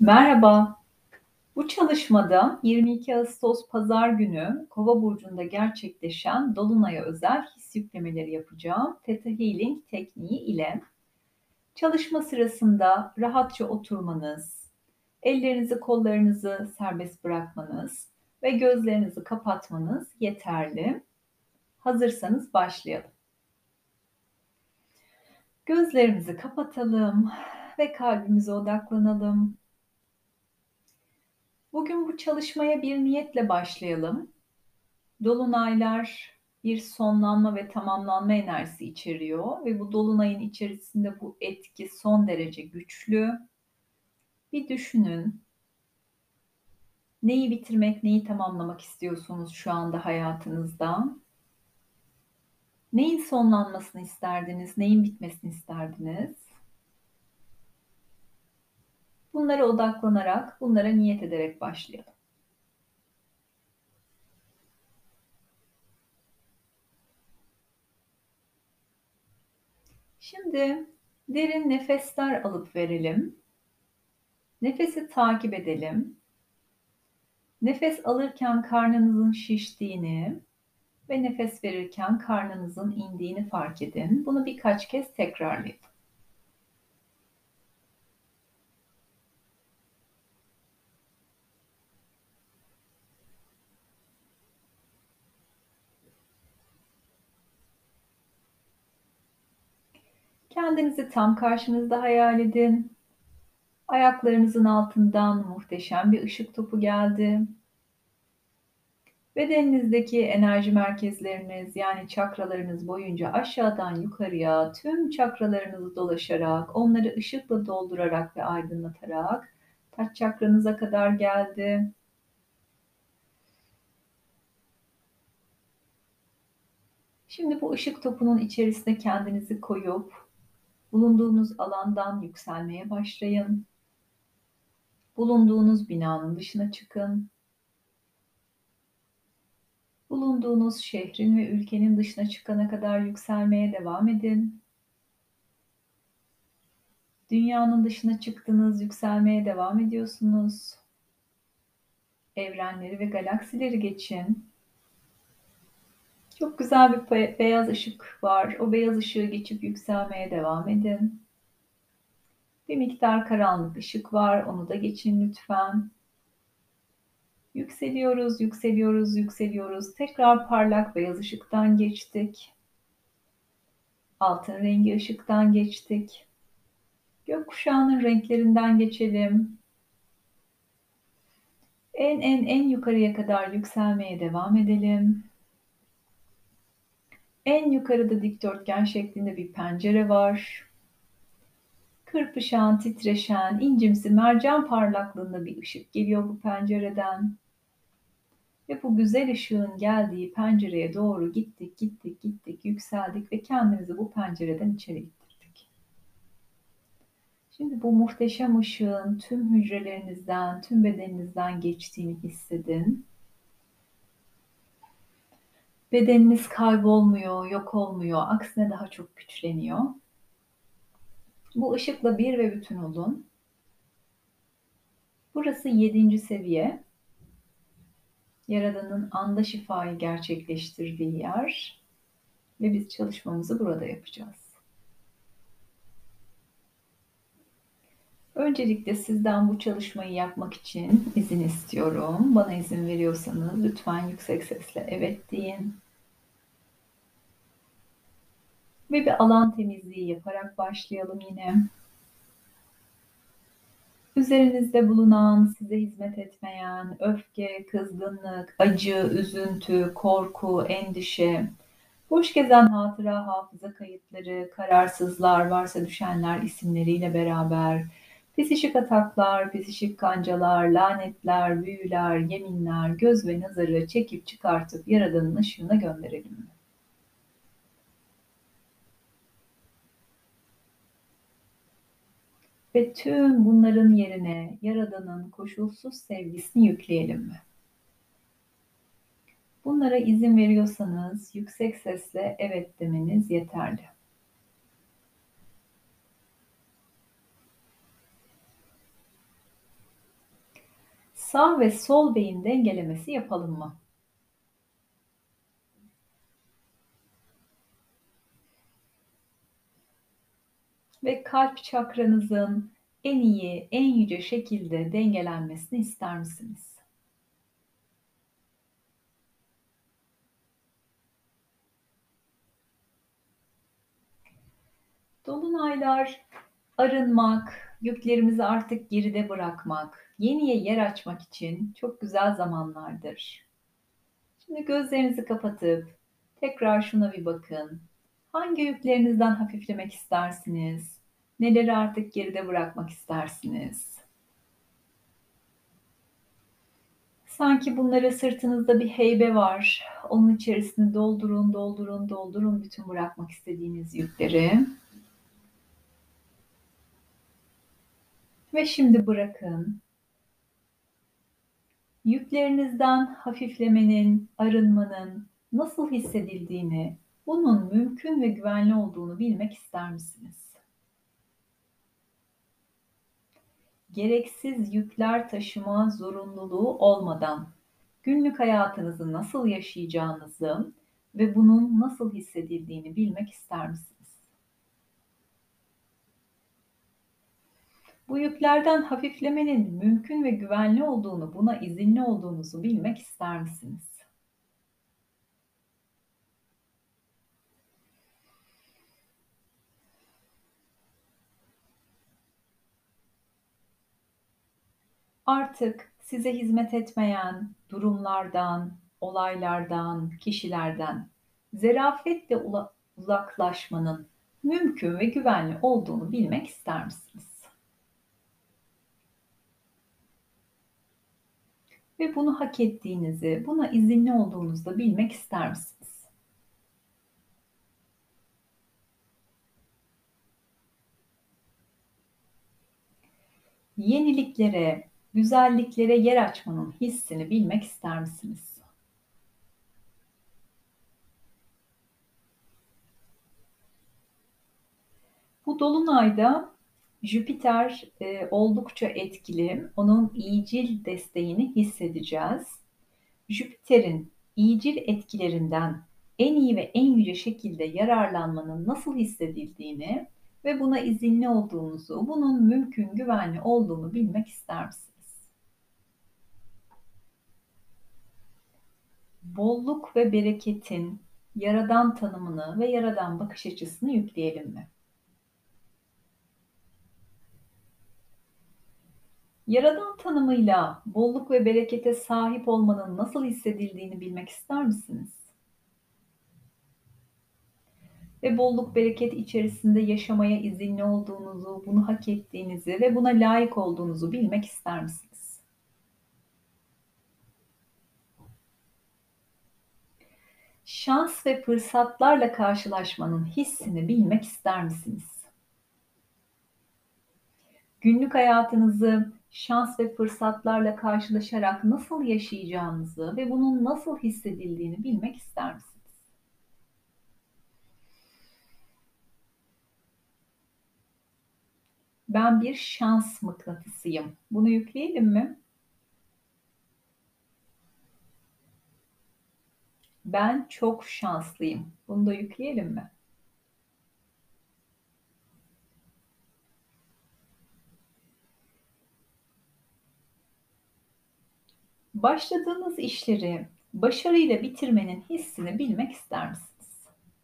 Merhaba. Bu çalışmada 22 Ağustos Pazar günü Kova burcunda gerçekleşen dolunaya özel his yüklemeleri yapacağım. Theta Healing tekniği ile çalışma sırasında rahatça oturmanız, ellerinizi kollarınızı serbest bırakmanız ve gözlerinizi kapatmanız yeterli. Hazırsanız başlayalım. Gözlerimizi kapatalım ve kalbimize odaklanalım. Bugün bu çalışmaya bir niyetle başlayalım. Dolunaylar bir sonlanma ve tamamlanma enerjisi içeriyor ve bu dolunayın içerisinde bu etki son derece güçlü. Bir düşünün, neyi bitirmek, neyi tamamlamak istiyorsunuz şu anda hayatınızda? Neyin sonlanmasını isterdiniz, neyin bitmesini isterdiniz? Bunlara odaklanarak, bunlara niyet ederek başlayalım. Şimdi derin nefesler alıp verelim. Nefesi takip edelim. Nefes alırken karnınızın şiştiğini ve nefes verirken karnınızın indiğini fark edin. Bunu birkaç kez tekrarlayın. Kendinizi tam karşınızda hayal edin. Ayaklarınızın altından muhteşem bir ışık topu geldi. Bedeninizdeki enerji merkezleriniz yani çakralarınız boyunca aşağıdan yukarıya tüm çakralarınızı dolaşarak, onları ışıkla doldurarak ve aydınlatarak taç çakranıza kadar geldi. Şimdi bu ışık topunun içerisine kendinizi koyup bulunduğunuz alandan yükselmeye başlayın. Bulunduğunuz binanın dışına çıkın. Bulunduğunuz şehrin ve ülkenin dışına çıkana kadar yükselmeye devam edin. Dünyanın dışına çıktınız, yükselmeye devam ediyorsunuz. Evrenleri ve galaksileri geçin. Çok güzel bir beyaz ışık var. O beyaz ışığı geçip yükselmeye devam edin. Bir miktar karanlık ışık var. Onu da geçin lütfen. Yükseliyoruz, yükseliyoruz, yükseliyoruz. Tekrar parlak beyaz ışıktan geçtik. Altın rengi ışıktan geçtik. Gökkuşağının renklerinden geçelim. En yukarıya kadar yükselmeye devam edelim. En yukarıda dikdörtgen şeklinde bir pencere var. Kırpışan, titreşen, incimsi mercan parlaklığında bir ışık geliyor bu pencereden. Ve bu güzel ışığın geldiği pencereye doğru gittik, gittik, gittik, yükseldik ve kendimizi bu pencereden içeri ittirdik. Şimdi bu muhteşem ışığın tüm hücrelerinizden, tüm bedeninizden geçtiğini hissedin. Bedeniniz kaybolmuyor, yok olmuyor, aksine daha çok güçleniyor. Bu ışıkla bir ve bütün olun. Burası 7. seviye. Yaradan'ın anda şifayı gerçekleştirdiği yer ve biz çalışmamızı burada yapacağız. Öncelikle sizden bu çalışmayı yapmak için izin istiyorum. Bana izin veriyorsanız lütfen yüksek sesle evet deyin. Ve bir alan temizliği yaparak başlayalım yine. Üzerinizde bulunan, size hizmet etmeyen, öfke, kızgınlık, acı, üzüntü, korku, endişe, boş gezen hatıra, hafıza kayıtları, kararsızlar, varsa düşenler isimleriyle beraber, psikik ataklar, psikik kancalar, lanetler, büyüler, yeminler, göz ve nazarı çekip çıkartıp Yaradan'ın ışığına gönderelim. Ve tüm bunların yerine Yaradan'ın koşulsuz sevgisini yükleyelim mi? Bunlara izin veriyorsanız yüksek sesle evet demeniz yeterli. Sağ ve sol beyin dengelemesi yapalım mı? Ve kalp çakranızın en iyi, en yüce şekilde dengelenmesini ister misiniz? Dolunaylar arınmak, yüklerimizi artık geride bırakmak, yeniye yer açmak için çok güzel zamanlardır. Şimdi gözlerinizi kapatıp tekrar şuna bir bakın. Hangi yüklerinizden hafiflemek istersiniz? Neleri artık geride bırakmak istersiniz? Sanki bunlara sırtınızda bir heybe var. Onun içerisine doldurun, doldurun, doldurun bütün bırakmak istediğiniz yükleri. Ve şimdi bırakın. Yüklerinizden hafiflemenin, arınmanın nasıl hissedildiğini, bunun mümkün ve güvenli olduğunu bilmek ister misiniz? Gereksiz yükler taşıma zorunluluğu olmadan günlük hayatınızı nasıl yaşayacağınızı ve bunun nasıl hissedildiğini bilmek ister misiniz? Bu yüklerden hafiflemenin mümkün ve güvenli olduğunu, buna izinli olduğunuzu bilmek ister misiniz? Artık size hizmet etmeyen durumlardan, olaylardan, kişilerden zarafetle uzaklaşmanın mümkün ve güvenli olduğunu bilmek ister misiniz? Ve bunu hak ettiğinizi, buna izinli olduğunuzu da bilmek ister misiniz? Yeniliklere, güzelliklere yer açmanın hissini bilmek ister misiniz? Bu dolunayda Jüpiter oldukça etkili. Onun iyicil desteğini hissedeceğiz. Jüpiter'in iyicil etkilerinden en iyi ve en yüce şekilde yararlanmanın nasıl hissedildiğini ve buna izinli olduğunuzu, bunun mümkün, güvenli olduğunu bilmek ister misiniz? Bolluk ve bereketin yaradan tanımını ve yaradan bakış açısını yükleyelim mi? Yaradan tanımıyla bolluk ve berekete sahip olmanın nasıl hissedildiğini bilmek ister misiniz? Ve bolluk bereket içerisinde yaşamaya izinli olduğunuzu, bunu hak ettiğinizi ve buna layık olduğunuzu bilmek ister misiniz? Şans ve fırsatlarla karşılaşmanın hissini bilmek ister misiniz? Günlük hayatınızı şans ve fırsatlarla karşılaşarak nasıl yaşayacağınızı ve bunun nasıl hissedildiğini bilmek ister misiniz? Ben bir şans mıknatısıyım. Bunu yükleyelim mi? Ben çok şanslıyım. Bunu da yükleyelim mi? Başladığınız işleri başarıyla bitirmenin hissini bilmek ister misiniz?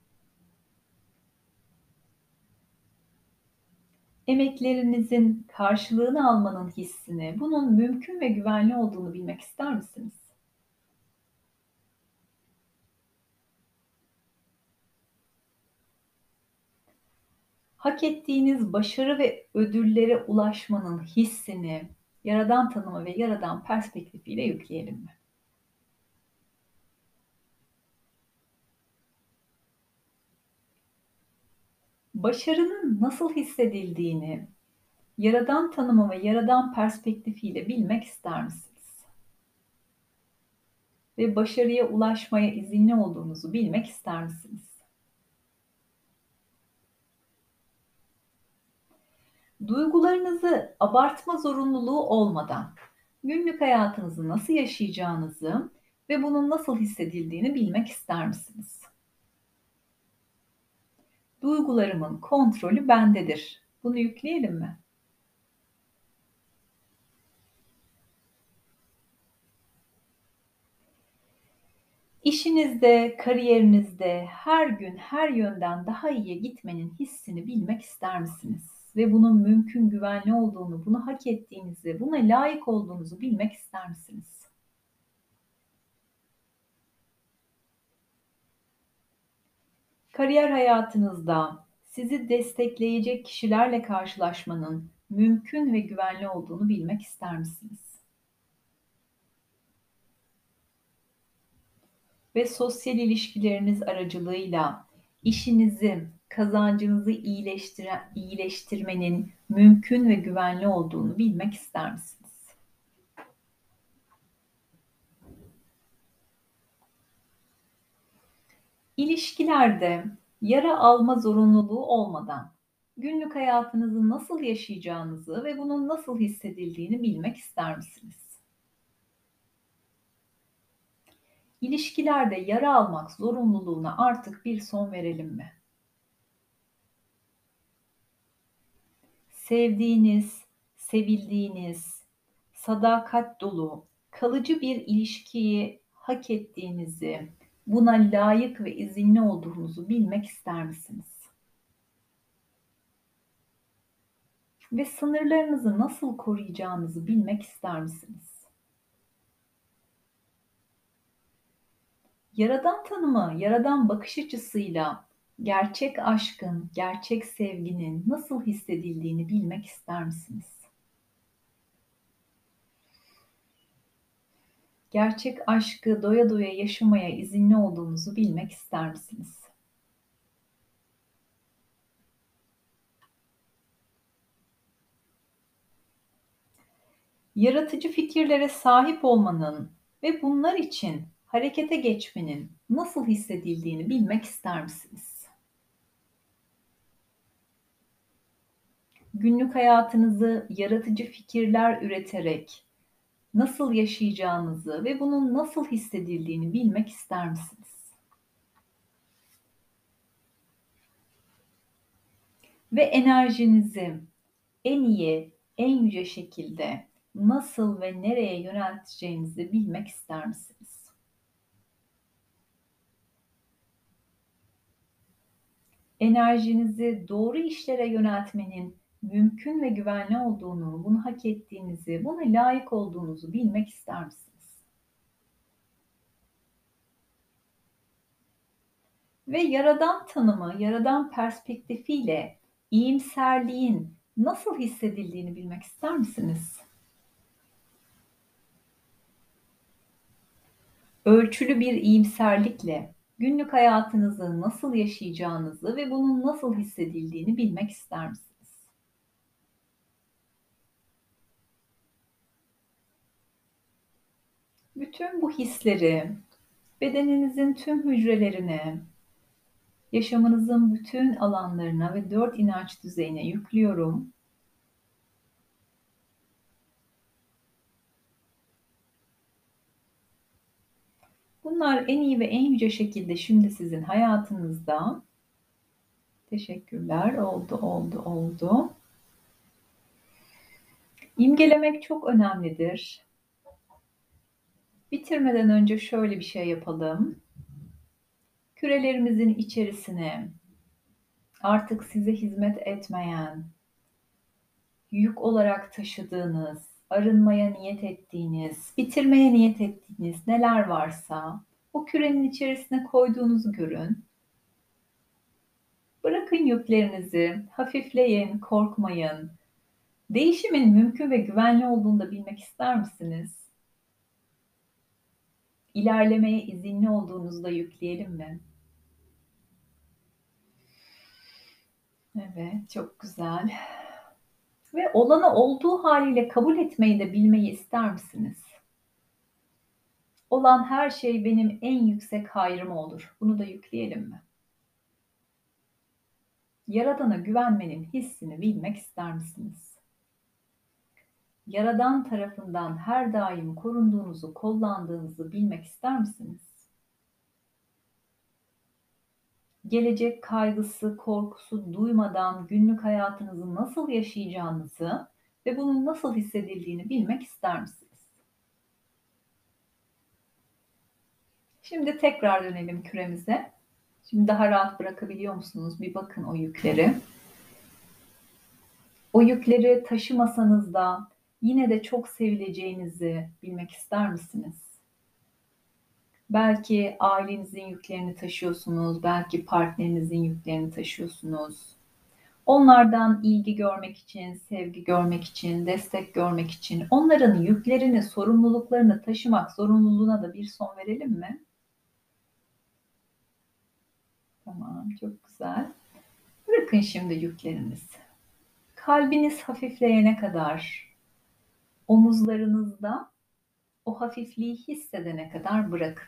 Emeklerinizin karşılığını almanın hissini, bunun mümkün ve güvenli olduğunu bilmek ister misiniz? Hak ettiğiniz başarı ve ödüllere ulaşmanın hissini yaradan tanımı ve yaradan perspektifiyle yükleyelim mi? Başarının nasıl hissedildiğini yaradan tanımı ve yaradan perspektifiyle bilmek ister misiniz? Ve başarıya ulaşmaya izinli olduğunuzu bilmek ister misiniz? Duygularınızı abartma zorunluluğu olmadan Günlük hayatınızı nasıl yaşayacağınızı ve bunun nasıl hissedildiğini bilmek ister misiniz? Duygularımın kontrolü bendedir. Bunu yükleyelim mi? İşinizde, kariyerinizde her gün her yönden daha iyiye gitmenin hissini bilmek ister misiniz? Ve bunun mümkün, güvenli olduğunu, bunu hak ettiğinizi, buna layık olduğunuzu bilmek ister misiniz? Kariyer hayatınızda sizi destekleyecek kişilerle karşılaşmanın mümkün ve güvenli olduğunu bilmek ister misiniz? Ve sosyal ilişkileriniz aracılığıyla işinizi, kazancınızı iyileştirmenin mümkün ve güvenli olduğunu bilmek ister misiniz? İlişkilerde yara alma zorunluluğu olmadan günlük hayatınızı nasıl yaşayacağınızı ve bunun nasıl hissedildiğini bilmek ister misiniz? İlişkilerde yara almak zorunluluğuna artık bir son verelim mi? Sevdiğiniz, sevildiğiniz, sadakat dolu, kalıcı bir ilişkiyi hak ettiğinizi, buna layık ve izinli olduğunuzu bilmek ister misiniz? Ve sınırlarınızı nasıl koruyacağınızı bilmek ister misiniz? Yaradan tanımı, yaradan bakış açısıyla gerçek aşkın, gerçek sevginin nasıl hissedildiğini bilmek ister misiniz? Gerçek aşkı doya doya yaşamaya izinli olduğunuzu bilmek ister misiniz? Yaratıcı fikirlere sahip olmanın ve bunlar için harekete geçmenin nasıl hissedildiğini bilmek ister misiniz? Günlük hayatınızı yaratıcı fikirler üreterek nasıl yaşayacağınızı ve bunun nasıl hissedildiğini bilmek ister misiniz? Ve enerjinizi en iyi, en yüce şekilde nasıl ve nereye yönelteceğinizi bilmek ister misiniz? Enerjinizi doğru işlere yöneltmenin mümkün ve güvenli olduğunu, bunu hak ettiğinizi, buna layık olduğunuzu bilmek ister misiniz? Ve yaradan tanımı, yaradan perspektifiyle iyimserliğin nasıl hissedildiğini bilmek ister misiniz? Ölçülü bir iyimserlikle günlük hayatınızı nasıl yaşayacağınızı ve bunun nasıl hissedildiğini bilmek ister misiniz? Bütün bu hisleri bedeninizin tüm hücrelerine, yaşamınızın bütün alanlarına ve dört inanç düzeyine yüklüyorum. Bunlar en iyi ve en yüce şekilde şimdi sizin hayatınızda. Teşekkürler. Oldu, oldu, oldu. İmgelemek çok önemlidir. Bitirmeden önce şöyle bir şey yapalım. Kürelerimizin içerisine artık size hizmet etmeyen, yük olarak taşıdığınız, arınmaya niyet ettiğiniz, bitirmeye niyet ettiğiniz neler varsa o kürenin içerisine koyduğunuzu görün. Bırakın yüklerinizi, hafifleyin, korkmayın. Değişimin mümkün ve güvenli olduğunu da bilmek ister misiniz? İlerlemeye izinli olduğunuzu da yükleyelim mi? Evet, çok güzel. Ve olanı olduğu haliyle kabul etmeyi de bilmeyi ister misiniz? Olan her şey benim en yüksek hayrım olur. Bunu da yükleyelim mi? Yaradana güvenmenin hissini bilmek ister misiniz? Yaradan tarafından her daim korunduğunuzu, kollandığınızı bilmek ister misiniz? Gelecek kaygısı, korkusu duymadan günlük hayatınızı nasıl yaşayacağınızı ve bunun nasıl hissedildiğini bilmek ister misiniz? Şimdi tekrar dönelim küremize. Şimdi daha rahat bırakabiliyor musunuz? Bir bakın o yükleri. O yükleri taşımasanız da yine de çok sevileceğinizi bilmek ister misiniz? Belki ailenizin yüklerini taşıyorsunuz, belki partnerinizin yüklerini taşıyorsunuz. Onlardan ilgi görmek için, sevgi görmek için, destek görmek için onların yüklerini, sorumluluklarını taşımak zorunluluğuna da bir son verelim mi? Tamam, çok güzel. Bırakın şimdi yüklerinizi. Kalbiniz hafifleyene kadar omuzlarınızda o hafifliği hissedene kadar bırakın.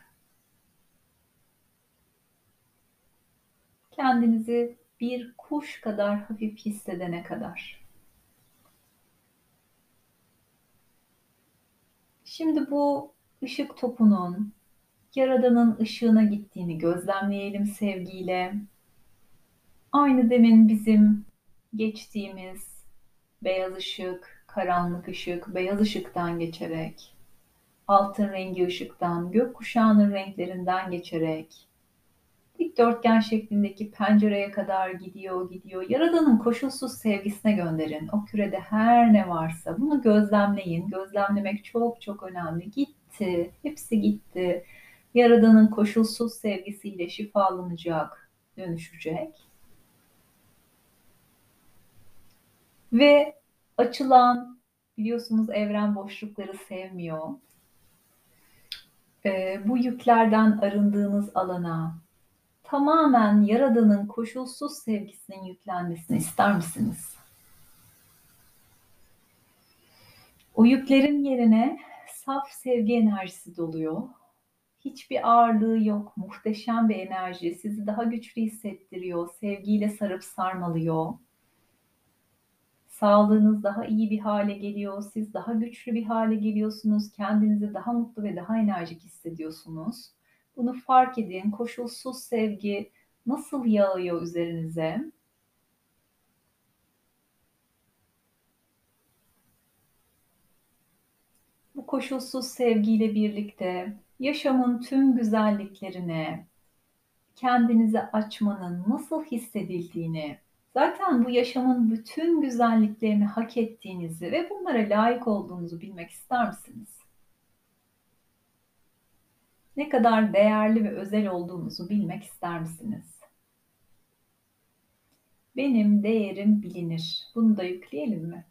Kendinizi bir kuş kadar hafif hissedene kadar. Şimdi bu ışık topunun Yaradan'ın ışığına gittiğini gözlemleyelim sevgiyle. Aynı demin bizim geçtiğimiz beyaz ışık, karanlık ışık, beyaz ışıktan geçerek, altın rengi ışıktan, gökkuşağının renklerinden geçerek, dikdörtgen şeklindeki pencereye kadar gidiyor, gidiyor. Yaradan'ın koşulsuz sevgisine gönderin. O kürede her ne varsa bunu gözlemleyin. Gözlemlemek çok çok önemli. Gitti, hepsi gitti. Yaradan'ın koşulsuz sevgisiyle şifalanacak, dönüşecek. Ve açılan, biliyorsunuz evren boşlukları sevmiyor. Bu yüklerden arındığınız alana tamamen Yaradan'ın koşulsuz sevgisinin yüklenmesini ister misiniz? O yüklerin yerine saf sevgi enerjisi doluyor. Hiçbir ağırlığı yok, muhteşem bir enerji sizi daha güçlü hissettiriyor, sevgiyle sarıp sarmalıyor. Sağlığınız daha iyi bir hale geliyor, siz daha güçlü bir hale geliyorsunuz, kendinizi daha mutlu ve daha enerjik hissediyorsunuz. Bunu fark edin, koşulsuz sevgi nasıl yağıyor üzerinize? Bu koşulsuz sevgiyle birlikte yaşamın tüm güzelliklerine, kendinizi açmanın nasıl hissedildiğini, zaten bu yaşamın bütün güzelliklerini hak ettiğinizi ve bunlara layık olduğunuzu bilmek ister misiniz? Ne kadar değerli ve özel olduğunuzu bilmek ister misiniz? Benim değerim bilinir. Bunu da yükleyelim mi?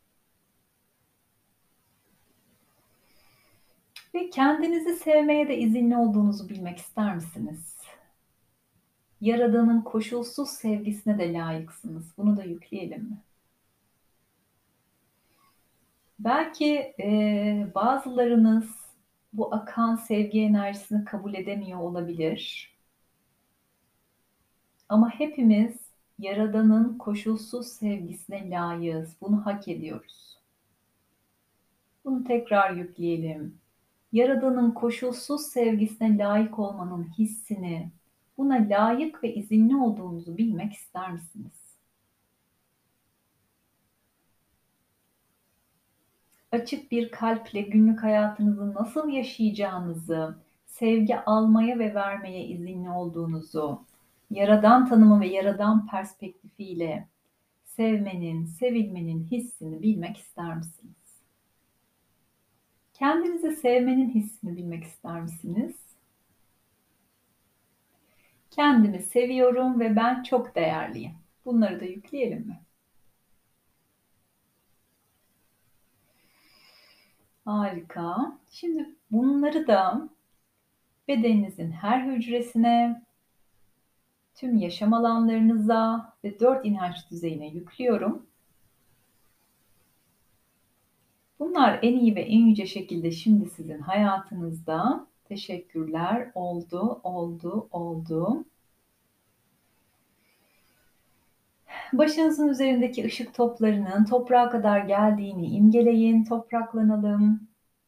Ve kendinizi sevmeye de izinli olduğunuzu bilmek ister misiniz? Yaradan'ın koşulsuz sevgisine de layıksınız. Bunu da yükleyelim mi? Belki bazılarınız bu akan sevgi enerjisini kabul edemiyor olabilir. Ama hepimiz Yaradan'ın koşulsuz sevgisine layığız. Bunu hak ediyoruz. Bunu tekrar yükleyelim. Yaradan'ın koşulsuz sevgisine layık olmanın hissini, buna layık ve izinli olduğunuzu bilmek ister misiniz? Açık bir kalple günlük hayatınızı nasıl yaşayacağınızı, sevgi almaya ve vermeye izinli olduğunuzu, Yaradan tanımı ve Yaradan perspektifiyle sevmenin, sevilmenin hissini bilmek ister misiniz? Kendinizi sevmenin hissini bilmek ister misiniz? Kendimi seviyorum ve ben çok değerliyim. Bunları da yükleyelim mi? Harika. Şimdi bunları da bedeninizin her hücresine, tüm yaşam alanlarınıza ve 4 inanç düzeyine yüklüyorum. Bunlar en iyi ve en yüce şekilde şimdi sizin hayatınızda. Teşekkürler. Oldu, oldu, oldu. Başınızın üzerindeki ışık toplarının toprağa kadar geldiğini imgeleyin. Topraklanalım.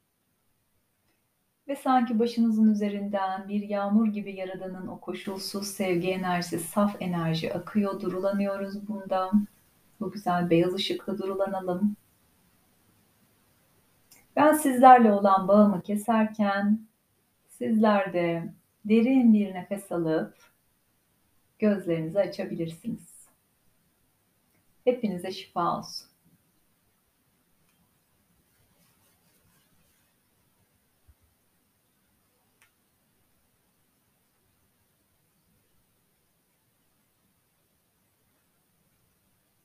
Ve sanki başınızın üzerinden bir yağmur gibi Yaradan'ın o koşulsuz sevgi enerjisi, saf enerji akıyor. Durulanıyoruz bunda. Bu güzel beyaz ışıkla durulanalım. Ben sizlerle olan bağımı keserken sizler de derin bir nefes alıp gözlerinizi açabilirsiniz. Hepinize şifa olsun.